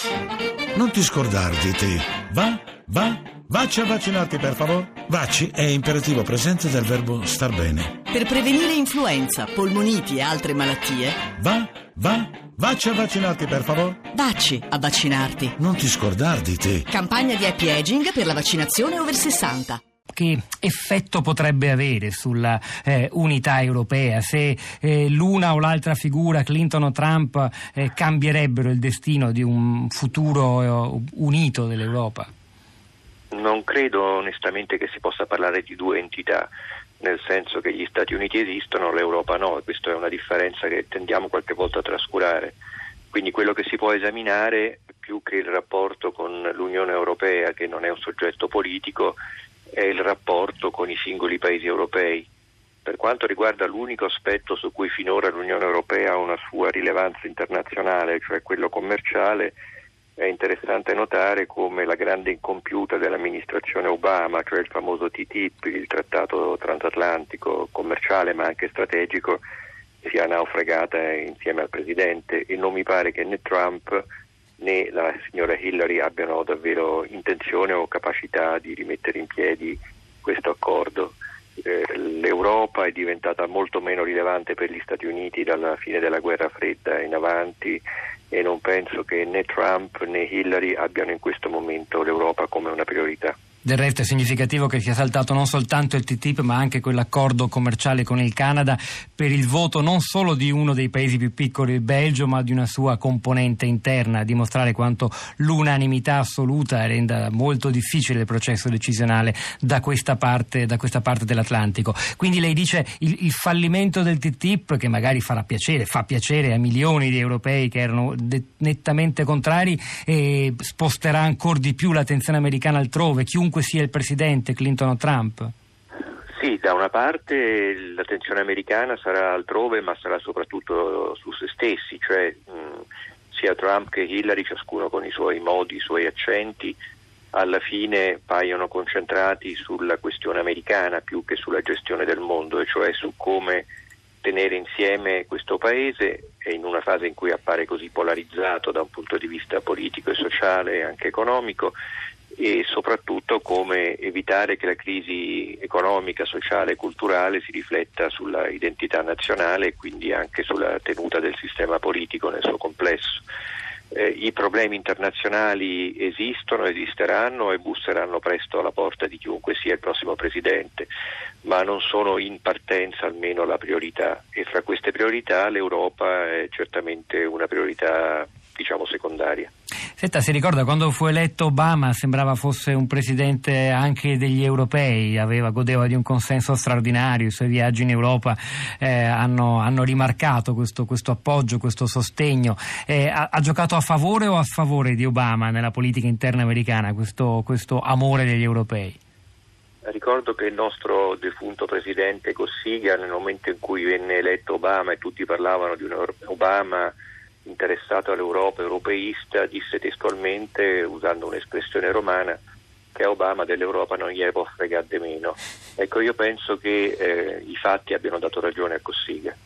Non ti scordar di te. Vacci a vaccinarti, per favore. Vacci è imperativo presente del verbo star bene. Per prevenire influenza, polmoniti e altre malattie. Vacci a vaccinarti, per favore. Vacci a vaccinarti. Non ti scordar di te. Campagna di happy aging per la vaccinazione over 60. Che effetto potrebbe avere sulla unità europea se l'una o l'altra figura, Clinton o Trump, cambierebbero il destino di un futuro unito dell'Europa? Non credo onestamente che si possa parlare di due entità, nel senso che gli Stati Uniti esistono, l'Europa no, e questa è una differenza che tendiamo qualche volta a trascurare. Quindi quello che si può esaminare, più che il rapporto con l'Unione Europea, che non è un soggetto politico, è il rapporto con i singoli paesi europei. Per quanto riguarda l'unico aspetto su cui finora l'Unione Europea ha una sua rilevanza internazionale, cioè quello commerciale, è interessante notare come la grande incompiuta dell'amministrazione Obama, cioè il famoso TTIP, il trattato transatlantico commerciale ma anche strategico, sia naufragata insieme al presidente, e non mi pare che né Trump né la signora Hillary abbiano davvero intenzione o capacità di rimettere in piedi questo accordo. L'Europa è diventata molto meno rilevante per gli Stati Uniti dalla fine della guerra fredda in avanti, e non penso che né Trump né Hillary abbiano in questo momento l'Europa come una priorità. Del resto è significativo che sia saltato non soltanto il TTIP ma anche quell'accordo commerciale con il Canada per il voto non solo di uno dei paesi più piccoli, il Belgio, ma di una sua componente interna, a dimostrare quanto l'unanimità assoluta renda molto difficile il processo decisionale da questa parte dell'Atlantico. Quindi lei dice il fallimento del TTIP, che magari fa piacere a milioni di europei che erano nettamente contrari, sposterà ancora di più l'attenzione americana altrove, chiunque sia il presidente, Clinton o Trump? Sì, da una parte l'attenzione americana sarà altrove, ma sarà soprattutto su se stessi, cioè sia Trump che Hillary, ciascuno con i suoi modi, i suoi accenti, alla fine paiono concentrati sulla questione americana più che sulla gestione del mondo, e cioè su come tenere insieme questo paese, e in una fase in cui appare così polarizzato da un punto di vista politico e sociale e anche economico, e soprattutto come evitare che la crisi economica, sociale e culturale si rifletta sulla identità nazionale e quindi anche sulla tenuta del sistema politico nel suo complesso. I problemi internazionali esisteranno e busseranno presto alla porta di chiunque sia il prossimo presidente, ma non sono in partenza almeno la priorità, e fra queste priorità l'Europa è certamente una priorità, diciamo, secondaria. Senta, si ricorda quando fu eletto Obama, sembrava fosse un presidente anche degli europei, godeva di un consenso straordinario, i suoi viaggi in Europa hanno rimarcato questo appoggio, questo sostegno. Ha giocato a favore o a sfavore di Obama nella politica interna americana questo amore degli europei? Ricordo che il nostro defunto presidente Cossiga, nel momento in cui venne eletto Obama e tutti parlavano di un Obama interessato all'Europa, europeista, disse testualmente, usando un'espressione romana, che a Obama dell'Europa non gli può fregare di meno. Ecco, io penso che i fatti abbiano dato ragione a Cossiga.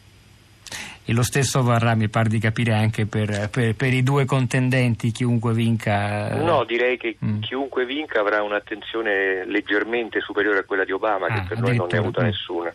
E lo stesso varrà, mi pare di capire, anche per i due contendenti, chiunque vinca. No, direi che chiunque vinca avrà un'attenzione leggermente superiore a quella di Obama, che per noi non ne ha avuta nessuna.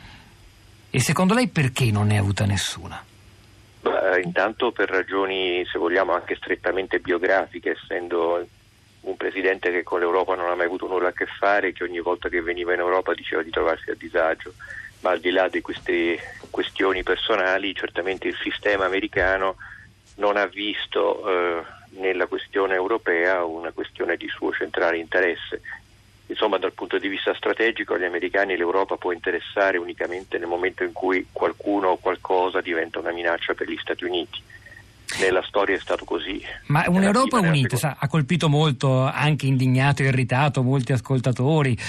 E secondo lei perché non ne ha avuta nessuna? Intanto per ragioni, se vogliamo, anche strettamente biografiche, essendo un presidente che con l'Europa non ha mai avuto nulla a che fare, che ogni volta che veniva in Europa diceva di trovarsi a disagio. Ma al di là di queste questioni personali, certamente il sistema americano non ha visto nella questione europea una questione di suo centrale interesse. Insomma, dal punto di vista strategico, agli americani l'Europa può interessare unicamente nel momento in cui qualcuno o qualcosa diventa una minaccia per gli Stati Uniti. Nella storia è stato così. Ma un'Europa unita ha colpito molto, anche indignato e irritato, molti ascoltatori,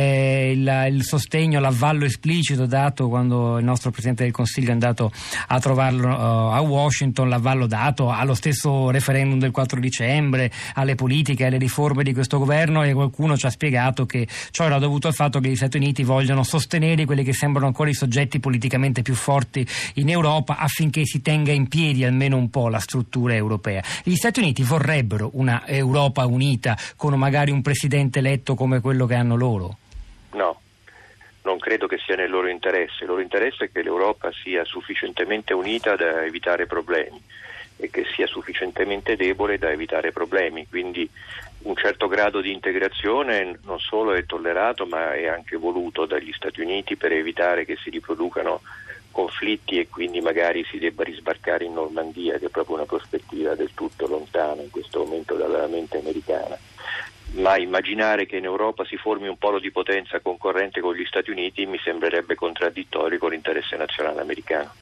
il sostegno, l'avvallo esplicito dato quando il nostro Presidente del Consiglio è andato a trovarlo a Washington, l'avvallo dato allo stesso referendum del 4 dicembre, alle politiche, alle riforme di questo governo, e qualcuno ci ha spiegato che ciò era dovuto al fatto che gli Stati Uniti vogliono sostenere quelli che sembrano ancora i soggetti politicamente più forti in Europa affinché si tenga in piedi almeno un po' la struttura europea. Gli Stati Uniti vorrebbero una Europa unita con magari un presidente eletto come quello che hanno loro? No, non credo che sia nel loro interesse. Il loro interesse è che l'Europa sia sufficientemente unita da evitare problemi e che sia sufficientemente debole da evitare problemi, quindi un certo grado di integrazione non solo è tollerato ma è anche voluto dagli Stati Uniti per evitare che si riproducano conflitti e quindi magari si debba risbarcare in Normandia, che è proprio una prospettiva del tutto lontana in questo momento dalla mente americana. Ma immaginare che in Europa si formi un polo di potenza concorrente con gli Stati Uniti mi sembrerebbe contraddittorio con l'interesse nazionale americano.